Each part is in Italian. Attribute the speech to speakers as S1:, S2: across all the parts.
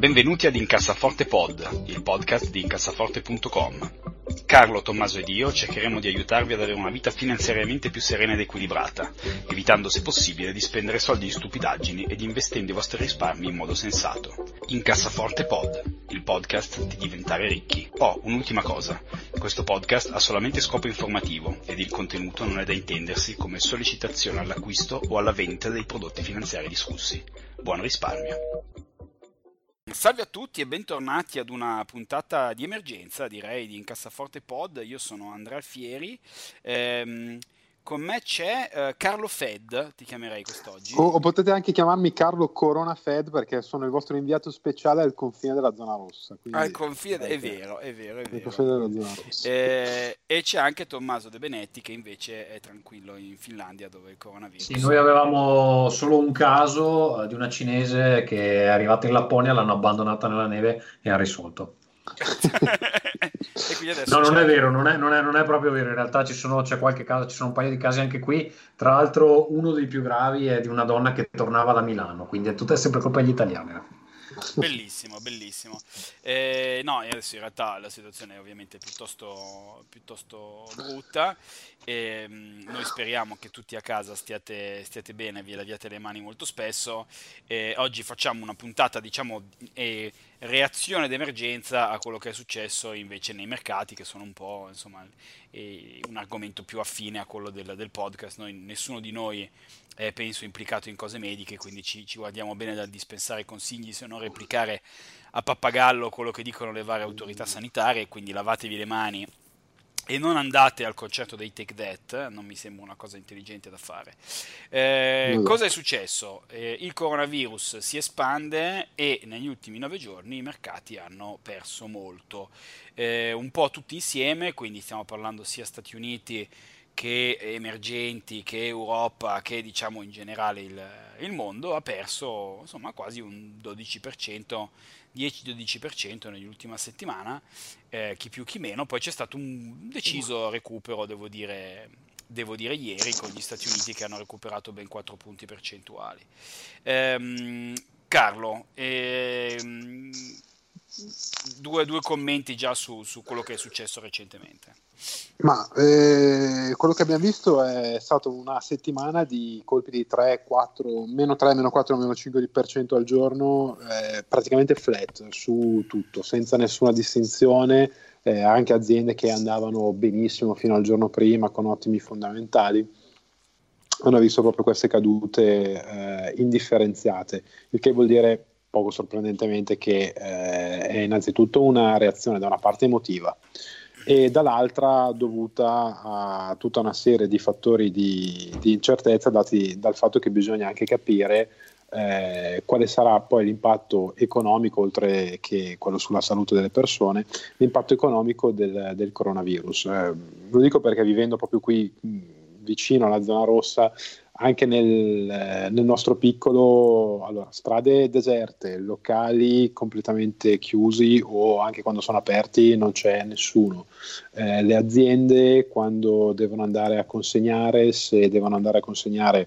S1: Benvenuti ad Incassaforte Pod, il podcast di incassaforte.com. Carlo, Tommaso ed io cercheremo di aiutarvi ad avere una vita finanziariamente più serena ed equilibrata, evitando se possibile di spendere soldi in stupidaggini ed investendo i vostri risparmi in modo sensato. Incassaforte Pod, il podcast di diventare ricchi. Un'ultima cosa, questo podcast ha solamente scopo informativo ed il contenuto non è da intendersi come sollecitazione all'acquisto o alla vendita dei prodotti finanziari discussi. Buon risparmio! Salve a tutti e bentornati ad una puntata di emergenza, direi, di Incassaforte Pod. Io sono Andrea Alfieri, con me c'è Carlo Fed, ti chiamerei quest'oggi.
S2: O potete anche chiamarmi Carlo Corona Fed, perché sono il vostro inviato speciale al confine della zona rossa.
S1: Al confine, è vero.
S2: Al confine della zona rossa.
S1: E c'è anche Tommaso De Benetti, che invece è tranquillo in Finlandia, dove il coronavirus.
S3: Sì, noi avevamo solo un caso di una cinese che è arrivata in Lapponia, l'hanno abbandonata nella neve e ha risolto.
S1: E quindi adesso
S3: no, non è vero, non è proprio vero. In realtà c'è qualche caso, ci sono un paio di casi anche qui. Tra l'altro, uno dei più gravi è di una donna che tornava da Milano, quindi è sempre colpa degli italiani.
S1: Bellissimo. No, adesso in realtà la situazione è ovviamente piuttosto brutta. Noi speriamo che tutti a casa stiate bene, vi laviate le mani molto spesso. Oggi facciamo una puntata, diciamo, reazione d'emergenza a quello che è successo invece nei mercati, che sono un po', insomma, un argomento più affine a quello del podcast. Nessuno di noi è, penso, implicato in cose mediche, quindi ci guardiamo bene dal dispensare consigli, se non replicare a pappagallo quello che dicono le varie autorità sanitarie. Quindi lavatevi le mani e non andate al concerto dei Take That, non mi sembra una cosa intelligente da fare. Cosa è successo? Il coronavirus si espande e negli ultimi 9 giorni i mercati hanno perso molto, un po' tutti insieme, quindi stiamo parlando sia Stati Uniti che emergenti, che Europa, che diciamo in generale il mondo ha perso, insomma, quasi un 12%, 10-12% nell'ultima settimana, chi più chi meno. Poi c'è stato un deciso recupero, devo dire ieri, con gli Stati Uniti che hanno recuperato ben 4 punti percentuali. Carlo, due commenti già su quello che è successo recentemente.
S2: Ma quello che abbiamo visto è stata una settimana di colpi di 3, 4, meno 3, meno 4, meno 5% al giorno, praticamente flat su tutto, senza nessuna distinzione, anche aziende che andavano benissimo fino al giorno prima con ottimi fondamentali hanno visto proprio queste cadute indifferenziate, il che vuol dire poco sorprendentemente che è innanzitutto una reazione da una parte emotiva e dall'altra dovuta a tutta una serie di fattori di incertezza dati dal fatto che bisogna anche capire quale sarà poi l'impatto economico, oltre che quello sulla salute delle persone, l'impatto economico del coronavirus. Lo dico perché vivendo proprio qui vicino alla zona rossa, anche nel nostro piccolo, allora, strade deserte, locali completamente chiusi o anche quando sono aperti non c'è nessuno. Le aziende quando devono andare a consegnare, se devono andare a consegnare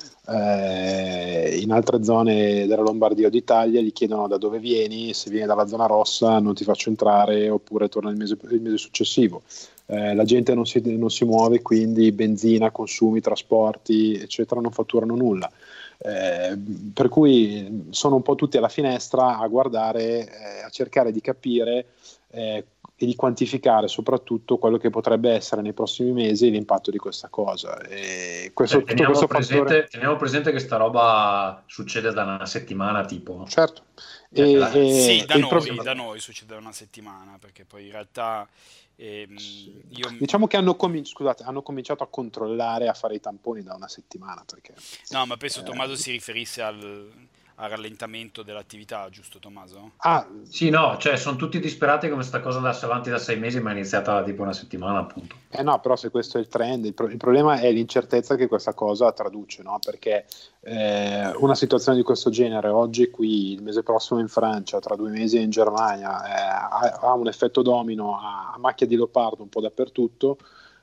S2: in altre zone della Lombardia o d'Italia, gli chiedono da dove vieni, se vieni dalla zona rossa non ti faccio entrare oppure torna il mese successivo. La gente non si muove, quindi benzina, consumi, trasporti eccetera non fatturano nulla, per cui sono un po' tutti alla finestra a guardare, a cercare di capire e di quantificare soprattutto quello che potrebbe essere nei prossimi mesi l'impatto di questa cosa. E
S3: teniamo presente che sta roba succede da una settimana tipo.
S2: Certo.
S1: Sì, da noi succede da una settimana, perché poi in realtà
S2: diciamo che hanno cominciato a controllare, a fare i tamponi da una settimana, perché
S1: no, ma penso Tommaso si riferisse al rallentamento dell'attività, giusto Tommaso?
S3: Sì, no, cioè sono tutti disperati come sta cosa andasse avanti da 6 mesi, ma è iniziata tipo una settimana, appunto.
S2: No, però se questo è il trend, il problema è l'incertezza che questa cosa traduce, no? Perché una situazione di questo genere oggi qui, il mese prossimo in Francia, tra 2 mesi in Germania, ha un effetto domino a macchia di leopardo un po' dappertutto.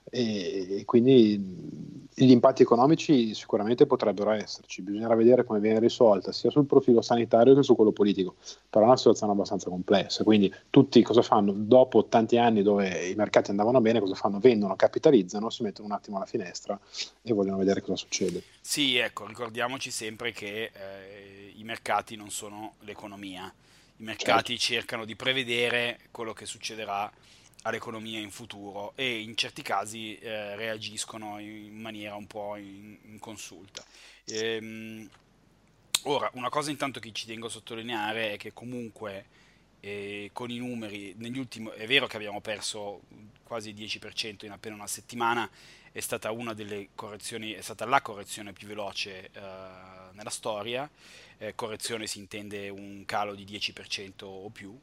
S2: e quindi gli impatti economici sicuramente potrebbero esserci, bisognerà vedere come viene risolta sia sul profilo sanitario che su quello politico, però è una situazione abbastanza complessa, quindi tutti cosa fanno? Dopo tanti anni dove i mercati andavano bene, cosa fanno? Vendono, capitalizzano, si mettono un attimo alla finestra e vogliono vedere cosa succede.
S1: Sì, ecco, ricordiamoci sempre che i mercati non sono l'economia. I
S2: Certo.
S1: mercati cercano di prevedere quello che succederà all'economia in futuro e in certi casi reagiscono in maniera un po' inconsulta. Ehm, Ora, una cosa intanto che ci tengo a sottolineare è che comunque con i numeri, negli ultimi, è vero che abbiamo perso quasi il 10% in appena una settimana, è stata una delle correzioni, è stata la correzione più veloce nella storia. Correzione si intende un calo di 10% o più.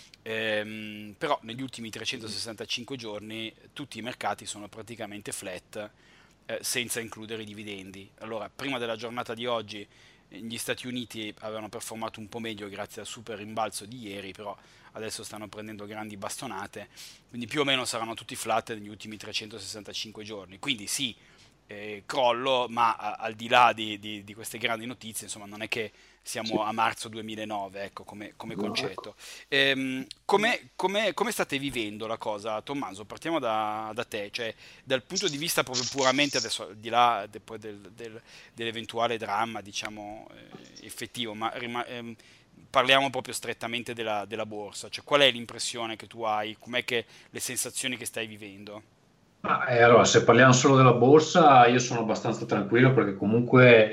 S1: Però negli ultimi 365 giorni tutti i mercati sono praticamente flat, senza includere i dividendi. Allora, prima della giornata di oggi gli Stati Uniti avevano performato un po' meglio grazie al super rimbalzo di ieri, però adesso stanno prendendo grandi bastonate, quindi più o meno saranno tutti flat negli ultimi 365 giorni. Quindi sì, crollo, ma al di là di queste grandi notizie, insomma, non è che siamo
S2: Sì.
S1: a marzo 2009, ecco, come
S2: No, ecco.
S1: concetto. Come state vivendo la cosa, Tommaso? Partiamo da te, cioè dal punto di vista proprio puramente, adesso al di là poi dell'eventuale dramma, diciamo, effettivo, ma parliamo proprio strettamente della borsa, cioè qual è l'impressione che tu hai, com'è che le sensazioni che stai vivendo?
S3: Allora, se parliamo solo della borsa, io sono abbastanza tranquillo perché comunque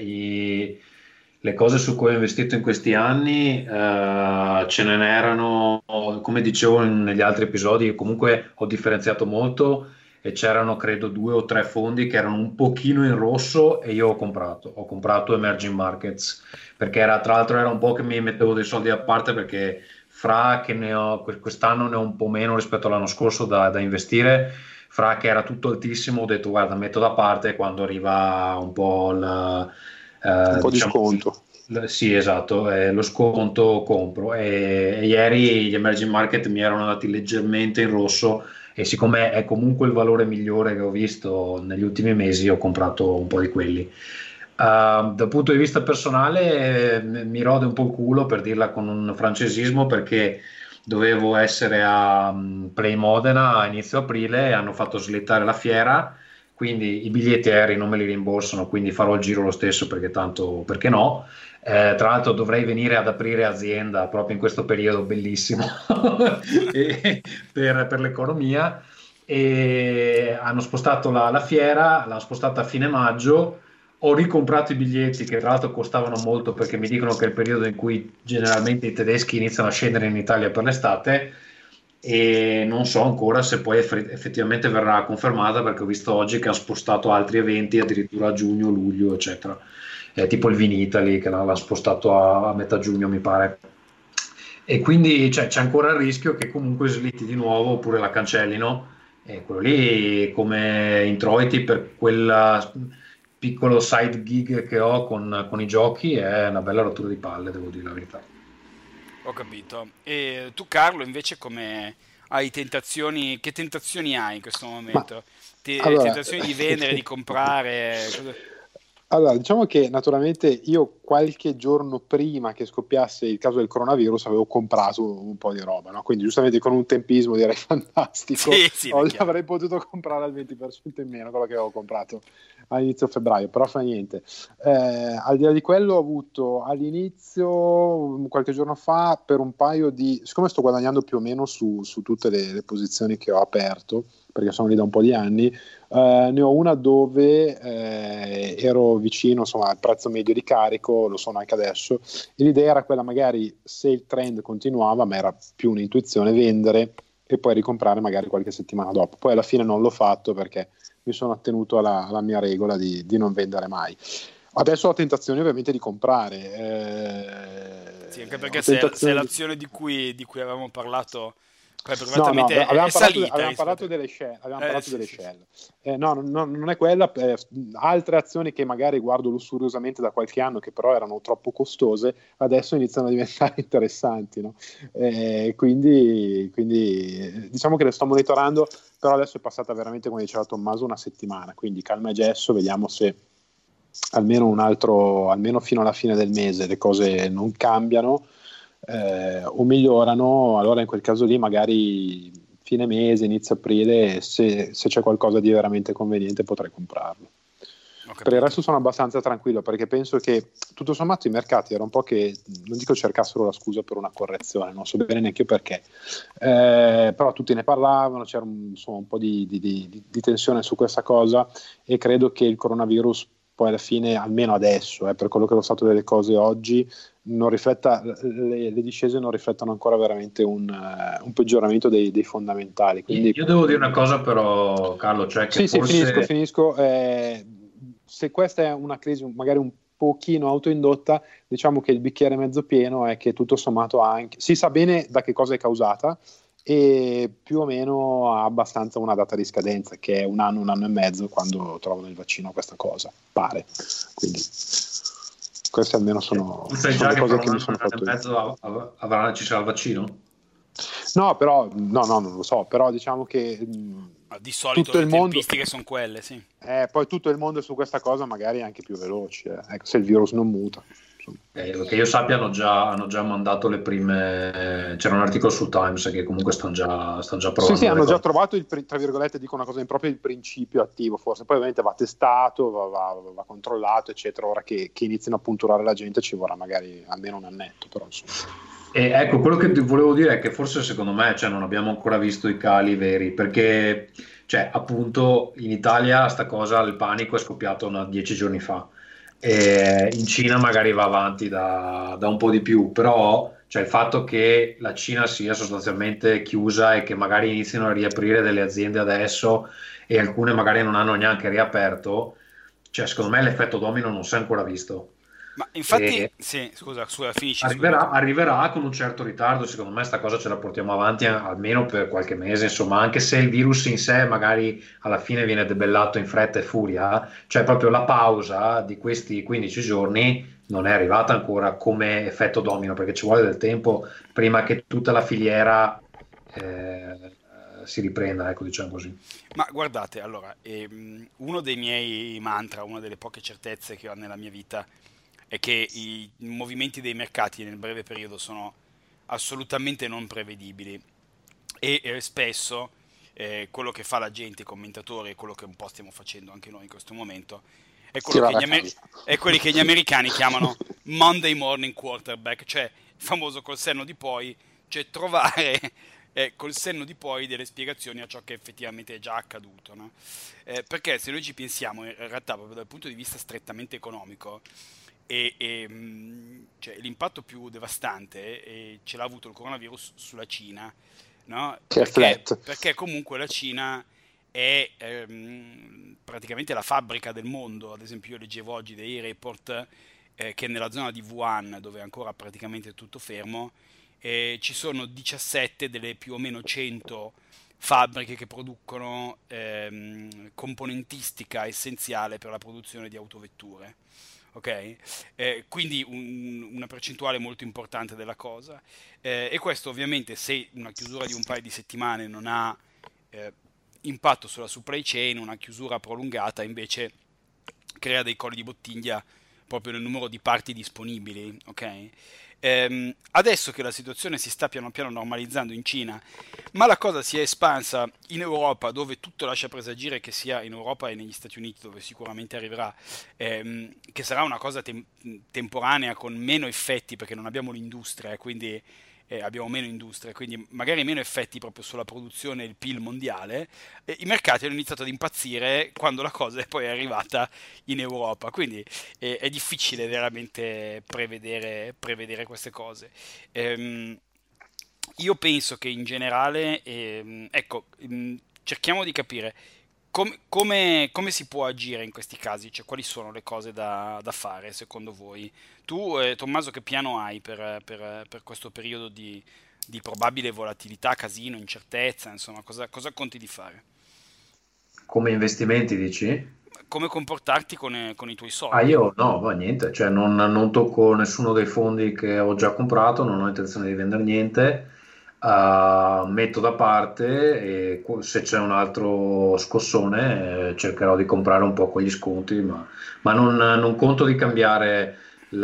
S3: le cose su cui ho investito in questi anni ce ne erano, come dicevo negli altri episodi, comunque ho differenziato molto e c'erano credo due o tre fondi che erano un pochino in rosso e io ho comprato emerging markets perché tra l'altro era un po' che mi mettevo dei soldi a parte perché fra che quest'anno ne ho un po' meno rispetto all'anno scorso da investire. Fra che era tutto altissimo, ho detto guarda, metto da parte quando arriva un po'
S2: Un po' di
S3: diciamo,
S2: sconto.
S3: sì, esatto, lo sconto compro. E ieri gli emerging market mi erano andati leggermente in rosso e siccome è comunque il valore migliore che ho visto negli ultimi mesi, ho comprato un po' di quelli. Dal punto di vista personale, mi rode un po' il culo per dirla con un francesismo perché dovevo essere a Play Modena a inizio aprile e hanno fatto slittare la fiera, quindi i biglietti aerei non me li rimborsano, quindi farò il giro lo stesso perché tanto perché no. Tra l'altro dovrei venire ad aprire azienda proprio in questo periodo bellissimo e- per l'economia e hanno spostato la fiera, l'hanno spostata a fine maggio. Ho ricomprato i biglietti che tra l'altro costavano molto perché mi dicono che è il periodo in cui generalmente i tedeschi iniziano a scendere in Italia per l'estate e non so ancora se poi effettivamente verrà confermata perché ho visto oggi che hanno spostato altri eventi addirittura a giugno, luglio, eccetera. Tipo il Vinitaly che l'ha spostato a metà giugno, mi pare. E quindi c'è ancora il rischio che comunque slitti di nuovo oppure la cancellino. E quello lì come introiti per quel piccolo side gig che ho con i giochi è una bella rottura di palle, devo dire la verità.
S1: Ho capito. E tu, Carlo, invece, come hai tentazioni, che tentazioni hai in questo
S2: Ma
S1: momento?
S2: allora,
S1: Tentazioni di vendere, di comprare?
S2: allora, diciamo che naturalmente io qualche giorno prima che scoppiasse il caso del coronavirus avevo comprato un po' di roba, no? Quindi giustamente con un tempismo direi fantastico,
S1: Sì, sì, è chiaro.
S2: avrei potuto comprare al 20% in meno quello che avevo comprato a inizio febbraio, però fa niente. Al di là di quello ho avuto all'inizio, qualche giorno fa, per un paio di... siccome sto guadagnando più o meno su tutte le posizioni che ho aperto, perché sono lì da un po' di anni, ne ho una dove ero vicino insomma, al prezzo medio di carico, lo sono anche adesso, e l'idea era quella magari se il trend continuava, ma era più un'intuizione, vendere e poi ricomprare magari qualche settimana dopo. Poi alla fine non l'ho fatto perché mi sono attenuto alla mia regola di non vendere mai. Adesso ho tentazione ovviamente di comprare.
S1: Sì, anche perché
S2: Ho
S1: se è
S2: tentazione di...
S1: l'azione di cui avevamo parlato Poi
S2: No, no,
S1: probabilmente è salita
S2: avevamo
S1: rispetto
S2: parlato delle shell. Avevamo parlato
S1: sì,
S2: delle
S1: sì, sì.
S2: shell. No, non è quella. Altre azioni che magari guardo lussuriosamente da qualche anno, che però erano troppo costose, adesso iniziano a diventare interessanti, no? Quindi diciamo che le sto monitorando, però adesso è passata veramente, come diceva Tommaso, una settimana. Quindi calma e gesso, vediamo se almeno fino alla fine del mese le cose non cambiano o migliorano. Allora in quel caso lì magari fine mese, inizio aprile, se c'è qualcosa di veramente conveniente potrei comprarlo.
S1: Ho
S2: Per il
S1: capito.
S2: resto sono abbastanza tranquillo, perché penso che tutto sommato i mercati era un po' che, non dico cercassero la scusa per una correzione, non so bene neanche io perché, però tutti ne parlavano, c'era insomma, un po' di tensione su questa cosa, e credo che il coronavirus poi alla fine, almeno adesso, per quello che è lo stato delle cose oggi, non rifletta, le discese non riflettono ancora veramente un peggioramento dei fondamentali. Quindi
S3: Io devo dire una cosa però, Carlo, cioè che
S2: sì, sì,
S3: forse
S2: finisco. Se questa è una crisi magari un pochino autoindotta, diciamo che il bicchiere mezzo pieno è che tutto sommato si sa bene da che cosa è causata, e più o meno ha abbastanza una data di scadenza, che è un anno e mezzo, quando trovano il vaccino a questa cosa, pare. Quindi queste almeno
S3: tu
S2: sono
S3: sai già
S2: le
S3: che
S2: cose
S3: fra
S2: che
S3: un
S2: mi
S3: anno
S2: sono
S3: e
S2: fatto io.
S3: mezzo ci sarà il vaccino?
S2: No, però, no, non lo so, però diciamo che
S1: Ma di solito
S2: tutto
S1: le
S2: il mondo,
S1: tempistiche sono quelle, sì.
S2: poi tutto il mondo su questa cosa magari è anche più veloce, ecco, se il virus non muta. Insomma.
S3: Che io sappia hanno già mandato le prime. C'era un articolo su Times che comunque stanno già
S2: Sì, sì,
S3: provando le
S2: hanno già
S3: cose.
S2: trovato tra virgolette, dico una cosa impropria, il principio attivo, forse poi ovviamente va testato, va controllato, eccetera. Ora che iniziano a punturare la gente ci vorrà magari almeno un annetto, però insomma.
S3: E ecco, quello che volevo dire è che forse secondo me, cioè, non abbiamo ancora visto i cali veri, perché, cioè, appunto, in Italia sta cosa, il panico è scoppiato 10 giorni fa. E in Cina magari va avanti da un po' di più, però, cioè, il fatto che la Cina sia sostanzialmente chiusa e che magari iniziano a riaprire delle aziende adesso e alcune magari non hanno neanche riaperto, cioè, secondo me l'effetto domino non si è ancora visto.
S1: Ma infatti,
S3: E,
S1: sì, scusa, finisci, scusami.
S3: arriverà con un certo ritardo, secondo me sta cosa ce la portiamo avanti almeno per qualche mese, insomma, anche se il virus in sé magari alla fine viene debellato in fretta e furia, cioè proprio la pausa di questi 15 giorni non è arrivata ancora come effetto domino, perché ci vuole del tempo prima che tutta la filiera si riprenda, ecco, diciamo così.
S1: Ma guardate, allora, uno dei miei mantra, una delle poche certezze che ho nella mia vita è che i movimenti dei mercati nel breve periodo sono assolutamente non prevedibili e spesso quello che fa la gente, i commentatori, e quello che un po' stiamo facendo anche noi in questo momento, è quello che
S2: Tirare a casa.
S1: è quelli che gli americani chiamano Monday morning quarterback, cioè il famoso col senno di poi, cioè trovare col senno di poi delle spiegazioni a ciò che effettivamente è già accaduto, no? Perché se noi ci pensiamo, in realtà proprio dal punto di vista strettamente economico, cioè, l'impatto più devastante ce l'ha avuto il coronavirus sulla Cina, no?
S2: Che è flat.
S1: Perché comunque la Cina è praticamente la fabbrica del mondo. Ad esempio, io leggevo oggi dei report che nella zona di Wuhan, dove è ancora praticamente tutto fermo, ci sono 17 delle più o meno 100 fabbriche che producono componentistica essenziale per la produzione di autovetture. Ok? Quindi una percentuale molto importante della cosa. E questo ovviamente, se una chiusura di un paio di settimane non ha eh, impatto sulla supply chain, una chiusura prolungata invece crea dei colli di bottiglia proprio nel numero di parti disponibili, ok? Adesso che la situazione si sta piano piano normalizzando in Cina, ma la cosa si è espansa in Europa, dove tutto lascia presagire che sia in Europa e negli Stati Uniti, dove sicuramente arriverà, che sarà una cosa temporanea con meno effetti perché non abbiamo l'industria, quindi abbiamo meno industria, quindi magari meno effetti proprio sulla produzione e il PIL mondiale. I mercati hanno iniziato ad impazzire quando la cosa è poi arrivata in Europa, quindi è difficile veramente prevedere queste cose. Ehm, io penso che in generale, ecco, cerchiamo di capire come si può agire in questi casi, cioè quali sono le cose da fare secondo voi. Tu, Tommaso, che piano hai per questo periodo di probabile volatilità, casino, incertezza, insomma, cosa conti di fare?
S3: Come investimenti dici?
S1: Come comportarti con i tuoi
S3: Ah,
S1: soldi?
S3: io no, ma niente, cioè non tocco nessuno dei fondi che ho già comprato, non ho intenzione di vendere niente, metto da parte e se c'è un altro scossone cercherò di comprare un po' con gli sconti, ma non conto di cambiare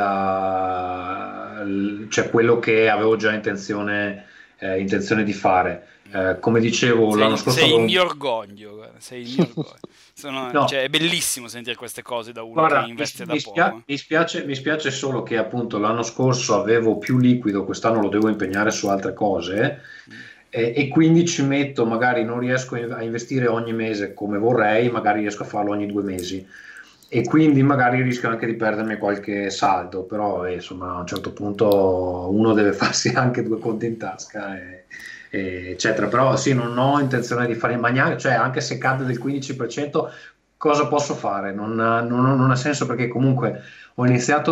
S3: cioè quello che avevo già intenzione di fare. Come dicevo, l'anno scorso
S1: Sei il
S3: avevo...
S1: mio orgoglio, guarda, sei il mio orgoglio.
S3: No,
S1: Cioè, è bellissimo sentire queste cose da uno che
S3: guarda,
S1: investe da poco.
S3: mi spiace solo che appunto l'anno scorso avevo più liquido, quest'anno lo devo impegnare su altre cose
S1: Mm.
S3: e quindi ci metto, magari non riesco a investire ogni mese come vorrei, magari riesco a farlo ogni 2 mesi e quindi magari rischio anche di perdermi qualche saldo, però insomma a un certo punto uno deve farsi anche due conti in tasca, eccetera. Però sì, non ho intenzione di fare, ma neanche, cioè anche se cade del 15%, cosa posso fare? Non ha senso perché comunque ho iniziato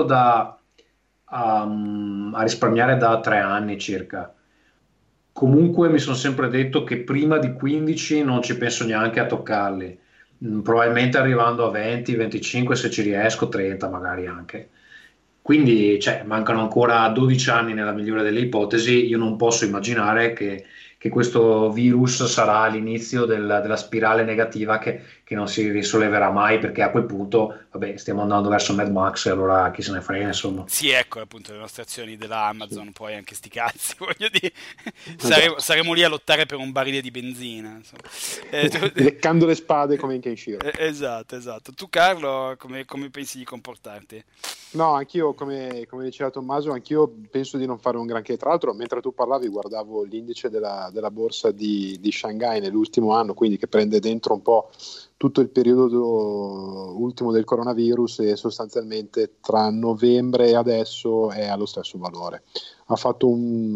S3: a risparmiare da 3 anni circa. Comunque mi sono sempre detto che prima di 15 non ci penso neanche a toccarli. Probabilmente arrivando a 20, 25 se ci riesco, 30 magari anche. Quindi, cioè, mancano ancora 12 anni nella migliore delle ipotesi. Io non posso immaginare che questo virus sarà l'inizio della spirale negativa che non si risolleverà mai, perché a quel punto, vabbè, stiamo andando verso Mad Max e allora chi se ne frega, insomma.
S1: Sì, ecco appunto le nostre azioni della
S2: Sì,
S1: Amazon, poi anche sti cazzi, voglio dire,
S2: esatto.
S1: saremo lì a lottare per un barile di benzina. Insomma.
S2: Leccando le spade come in Kenshiro.
S1: Esatto, esatto. Tu Carlo, come pensi di comportarti?
S2: No, anch'io, come diceva Tommaso, anch'io penso di non fare un granché. Tra l'altro, mentre tu parlavi, guardavo l'indice della borsa di Shanghai nell'ultimo anno, quindi che prende dentro un po' tutto il periodo ultimo del coronavirus e sostanzialmente tra novembre e adesso è allo stesso valore. Ha fatto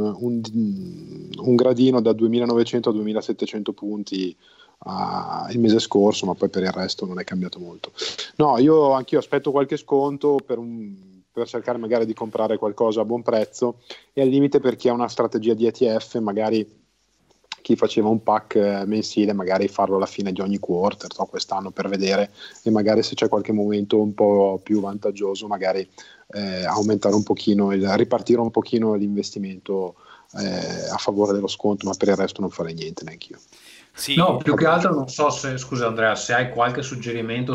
S2: un gradino da 2.900 a 2.700 punti il mese scorso, ma poi per il resto non è cambiato molto. No, io anch'io aspetto qualche sconto per cercare magari di comprare qualcosa a buon prezzo e al limite per chi ha una strategia di ETF, magari chi faceva un pack mensile, magari farlo alla fine di ogni quarter, no, quest'anno per vedere e magari se c'è qualche momento un po' più vantaggioso, magari aumentare un pochino, ripartire un pochino l'investimento a favore dello sconto, ma per il resto non farei niente neanche io.
S1: Sì,
S3: No, più che altro non so se, scusa Andrea, se hai qualche suggerimento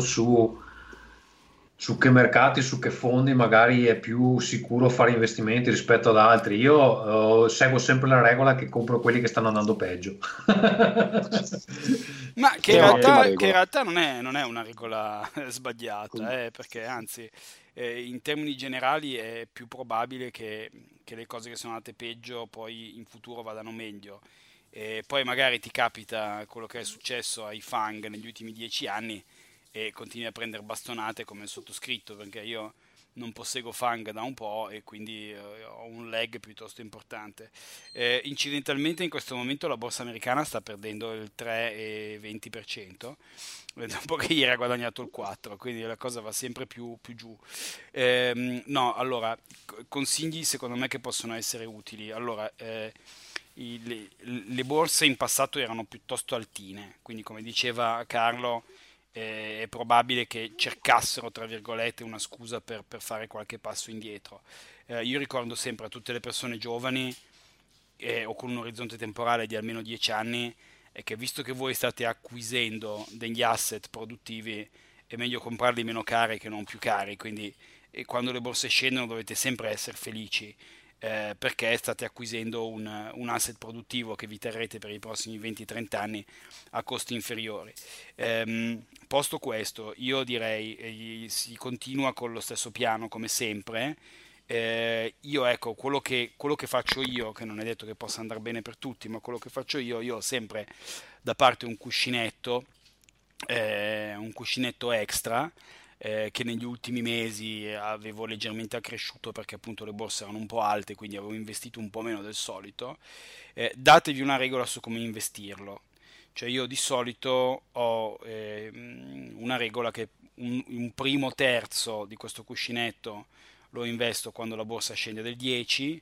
S3: su che mercati, su che fondi magari è più sicuro fare investimenti rispetto ad altri. Io seguo sempre la regola che compro quelli che stanno andando peggio.
S1: ma che
S2: È un'ottima
S1: che in
S2: regola.
S1: realtà non è una regola sbagliata, perché anzi, in termini generali è più probabile che le cose che sono andate peggio poi in futuro vadano meglio. E poi magari ti capita quello che è successo ai Fang negli ultimi 10 anni e continui a prendere bastonate come il sottoscritto, perché io non posseggo Fang da un po' e quindi ho un lag piuttosto importante. Incidentalmente in questo momento la borsa americana sta perdendo il 3,20%, dopo che ieri ha guadagnato il 4%, quindi la cosa va sempre più giù. No, allora, consigli secondo me che possono essere utili. Allora, le borse in passato erano piuttosto altine, quindi come diceva Carlo, è probabile che cercassero, tra virgolette, una scusa per fare qualche passo indietro. Io ricordo sempre a tutte le persone giovani o con un orizzonte temporale di almeno 10 anni è che visto che voi state acquisendo degli asset produttivi è meglio comprarli meno cari che non più cari, quindi quando le borse scendono dovete sempre essere felici perché state acquisendo un asset produttivo che vi terrete per i prossimi 20-30 anni a costi inferiori. Posto questo, io direi si continua con lo stesso piano come sempre. Io ecco, quello che faccio io, che non è detto che possa andare bene per tutti, ma quello che faccio io ho sempre da parte un cuscinetto extra che negli ultimi mesi avevo leggermente accresciuto perché appunto le borse erano un po' alte, quindi avevo investito un po' meno del solito. Datevi una regola su come investirlo. Cioè io di solito ho una regola che un primo terzo di questo cuscinetto lo investo quando la borsa scende del 10,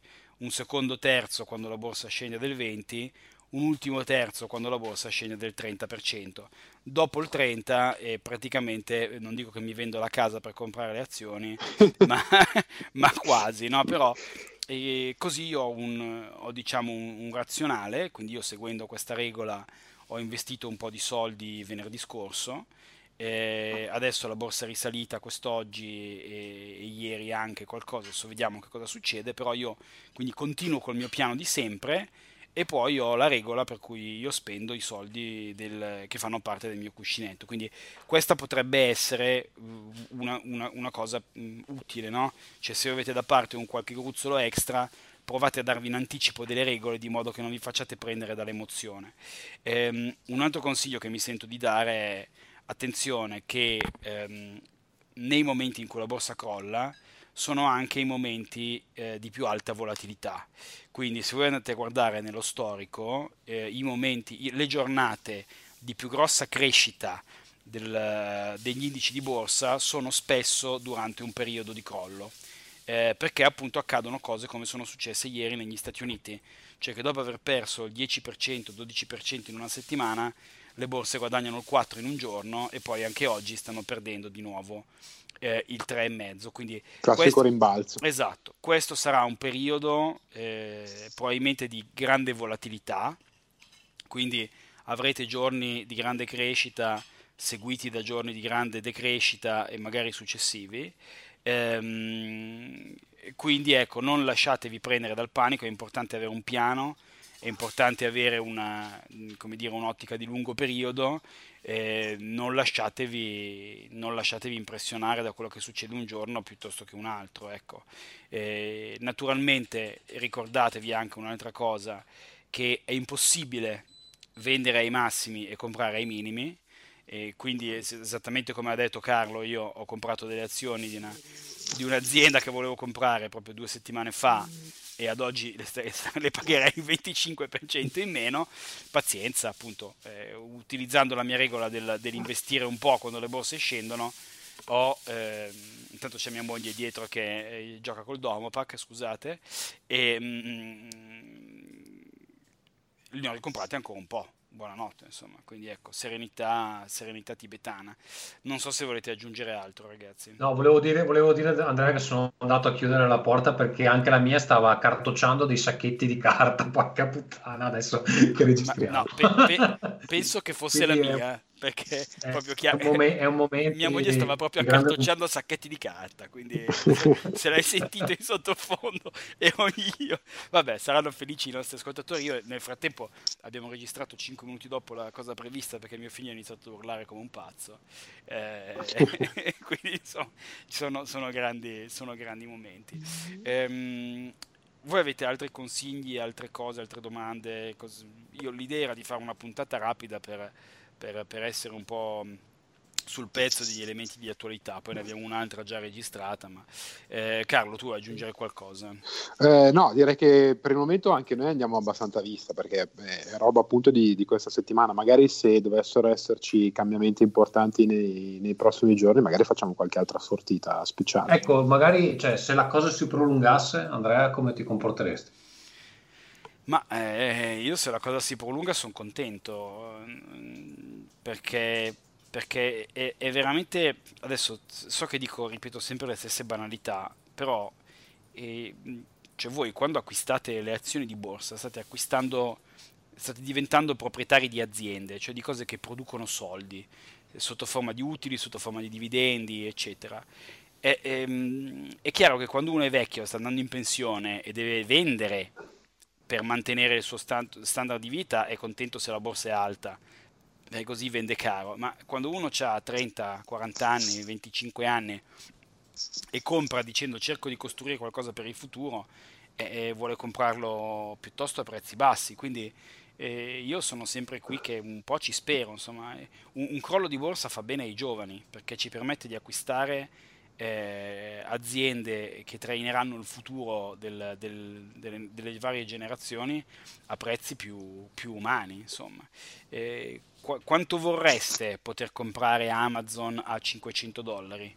S1: un secondo terzo quando la borsa scende del 20%, un ultimo terzo quando la borsa scende del 30%. Dopo il 30% praticamente non dico che mi vendo la casa per comprare le azioni, ma, ma quasi, no? Però così io ho, diciamo un razionale, quindi io seguendo questa regola ho investito un po' di soldi venerdì scorso. Adesso la borsa è risalita quest'oggi e ieri anche qualcosa, adesso vediamo che cosa succede, però io quindi continuo col mio piano di sempre e poi ho la regola per cui io spendo i soldi che fanno parte del mio cuscinetto. Quindi questa potrebbe essere una cosa utile, no? Cioè se avete da parte un qualche gruzzolo extra, provate a darvi in anticipo delle regole di modo che non vi facciate prendere dall'emozione. Un altro consiglio che mi sento di dare è attenzione che nei momenti in cui la borsa crolla sono anche i momenti di più alta volatilità. Quindi se voi andate a guardare nello storico, le giornate di più grossa crescita degli indici di borsa sono spesso durante un periodo di crollo, perché appunto accadono cose come sono successe ieri negli Stati Uniti, cioè che dopo aver perso il 10%, 12% in una settimana, le borse guadagnano il 4% in un giorno e poi anche oggi stanno perdendo di nuovo il 3,5%. Quindi
S2: classico rimbalzo.
S1: esatto, questo sarà un periodo probabilmente di grande volatilità, quindi avrete giorni di grande crescita seguiti da giorni di grande decrescita e magari successivi. Quindi ecco, non lasciatevi prendere dal panico, è importante avere un piano, è importante avere come dire, un'ottica di lungo periodo, non lasciatevi impressionare da quello che succede un giorno piuttosto che un altro, ecco. Naturalmente ricordatevi anche un'altra cosa, che è impossibile vendere ai massimi e comprare ai minimi, e quindi esattamente come ha detto Carlo, io ho comprato delle azioni di un'azienda che volevo comprare proprio 2 settimane fa e ad oggi le pagherei il 25% in meno. Pazienza, appunto, utilizzando la mia regola dell'investire un po' quando le borse scendono. Intanto c'è mia moglie dietro che gioca col Domopac, scusate, e li ho ricomprati ancora un po'. Buonanotte, insomma, quindi ecco, serenità tibetana. Non so se volete aggiungere altro, ragazzi.
S3: No, volevo dire Andrea che sono andato a chiudere la porta perché anche la mia stava cartocciando dei sacchetti di carta, porca puttana, adesso che
S1: Ma
S3: registriamo.
S1: no, penso che fosse la
S3: Quindi
S1: mia, perché proprio
S3: è un momento
S1: mia moglie stava proprio
S3: di grande...
S1: accartocciando sacchetti di carta, quindi se l'hai sentito in sottofondo ero io. Vabbè, saranno felici i nostri ascoltatori. Io nel frattempo abbiamo registrato 5 minuti dopo la cosa prevista perché mio figlio ha iniziato a urlare come un pazzo. Eh, quindi insomma, sono grandi momenti. Voi avete altri consigli, altre cose, altre domande? Io l'idea era di fare una puntata rapida per essere un po' sul pezzo degli elementi di attualità, poi ne abbiamo un'altra già registrata, ma Carlo, tu vuoi aggiungere qualcosa?
S2: No, direi che per il momento anche noi andiamo abbastanza a vista perché è roba appunto di questa settimana. Magari se dovessero esserci cambiamenti importanti nei prossimi giorni, magari facciamo qualche altra sortita speciale.
S3: Ecco, magari cioè, se la cosa si prolungasse, Andrea, come ti comporteresti?
S1: Ma io se la cosa si prolunga sono contento, perché è veramente, adesso so che dico, ripeto sempre le stesse banalità, però eh, cioè voi quando acquistate le azioni di borsa state diventando proprietari di aziende, cioè di cose che producono soldi, sotto forma di utili, sotto forma di dividendi, eccetera. È chiaro che quando uno è vecchio, sta andando in pensione e deve vendere per mantenere il suo standard di vita, è contento se la borsa è alta, perché così vende caro, ma quando uno ha 30, 40 anni, 25 anni e compra dicendo cerco di costruire qualcosa per il futuro e vuole comprarlo piuttosto a prezzi bassi, quindi io sono sempre qui che un po' ci spero, insomma, un crollo di borsa fa bene ai giovani perché ci permette di acquistare aziende che traineranno il futuro delle varie generazioni a prezzi più umani, insomma. Quanto vorreste poter comprare Amazon a $500?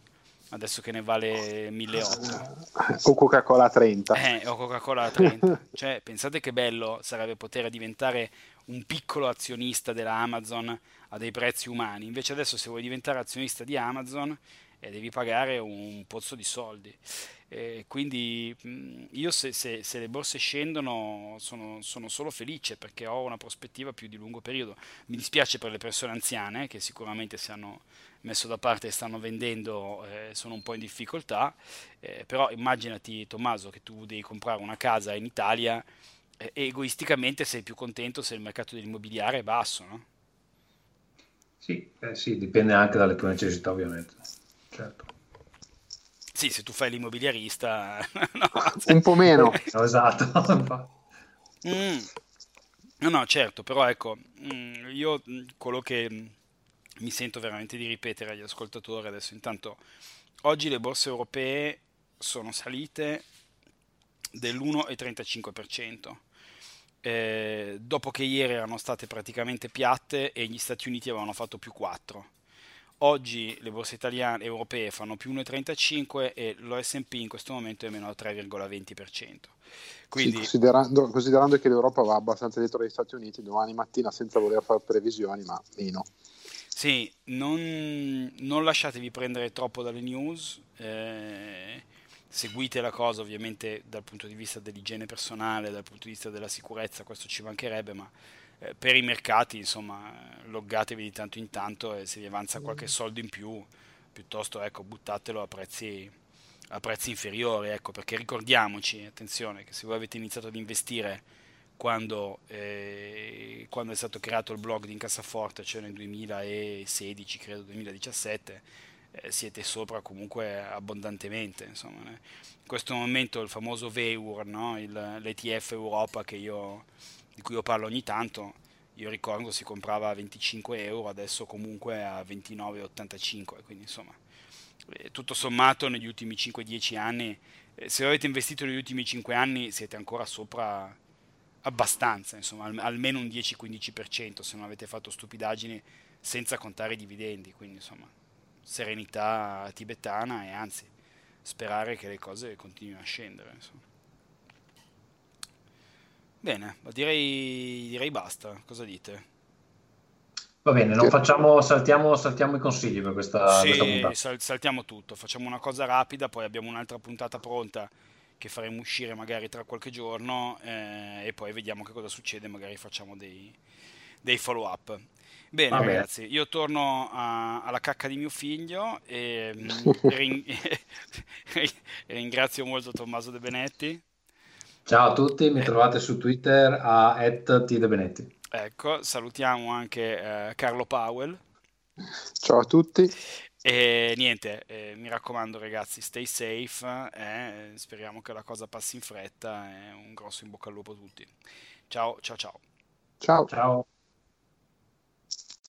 S1: adesso che ne vale 1.800.
S2: O Coca-Cola 30.
S1: O Coca-Cola a 30. Cioè, pensate che bello sarebbe poter diventare un piccolo azionista della Amazon a dei prezzi umani. Invece adesso se vuoi diventare azionista di Amazon devi pagare un pozzo di soldi. Quindi io se le borse scendono sono solo felice perché ho una prospettiva più di lungo periodo. Mi dispiace per le persone anziane che sicuramente si hanno messo da parte e stanno vendendo, sono un po' in difficoltà, però immaginati Tommaso che tu devi comprare una casa in Italia e egoisticamente sei più contento se il mercato dell'immobiliare è basso, no?
S3: Sì, sì, dipende anche dalle tue necessità, ovviamente. Certo.
S1: Sì, se tu fai l'immobiliarista, no,
S2: Un po' meno.
S3: No, esatto.
S1: Mm. No, no, certo, però ecco, io quello che mi sento veramente di ripetere agli ascoltatori adesso, intanto, oggi le borse europee sono salite dell'1,35%, dopo che ieri erano state praticamente piatte e gli Stati Uniti avevano fatto più 4. Oggi le borse italiane europee fanno più 1,35 e lo S&P in questo momento è meno al 3,20%.
S2: Sì,
S1: Quindi
S2: considerando che l'Europa va abbastanza dietro agli Stati Uniti domani mattina senza voler fare previsioni, ma meno.
S1: sì, non lasciatevi prendere troppo dalle news, seguite la cosa ovviamente dal punto di vista dell'igiene personale, dal punto di vista della sicurezza, questo ci mancherebbe, ma per i mercati, insomma, loggatevi di tanto in tanto e se vi avanza qualche soldo in più, piuttosto ecco, buttatelo a prezzi inferiori, ecco, perché ricordiamoci, attenzione, che se voi avete iniziato ad investire quando è stato creato il blog di Incassaforte, cioè nel 2016, credo 2017, siete sopra comunque abbondantemente, insomma. In questo momento il famoso VEUR, no? L'ETF Europa di cui io parlo ogni tanto, io ricordo si comprava a 25 euro, adesso comunque a 29,85, quindi insomma, tutto sommato negli ultimi 5-10 anni, se avete investito negli ultimi 5 anni siete ancora sopra abbastanza, insomma, almeno un 10-15% se non avete fatto stupidaggini senza contare i dividendi, quindi insomma, serenità tibetana e anzi sperare che le cose continuino a scendere, insomma. Bene, ma direi basta, cosa dite?
S3: Va bene, non facciamo, saltiamo i consigli per questa
S1: Sì,
S3: puntata.
S1: saltiamo tutto, facciamo una cosa rapida, poi abbiamo un'altra puntata pronta che faremo uscire magari tra qualche giorno e poi vediamo che cosa succede, magari facciamo dei follow-up. Bene
S3: Va bene.
S1: ragazzi, io torno alla cacca di mio figlio e ringrazio molto Tommaso De Benetti.
S3: Ciao a tutti, mi
S1: Eh,
S3: trovate su Twitter a @tdebenetti.
S1: ecco, salutiamo anche Carlo Powell.
S2: Ciao a tutti.
S1: E niente, mi raccomando ragazzi, stay safe, speriamo che la cosa passi in fretta e un grosso in bocca al lupo a tutti. Ciao, ciao, ciao.
S2: Ciao.
S3: Ciao.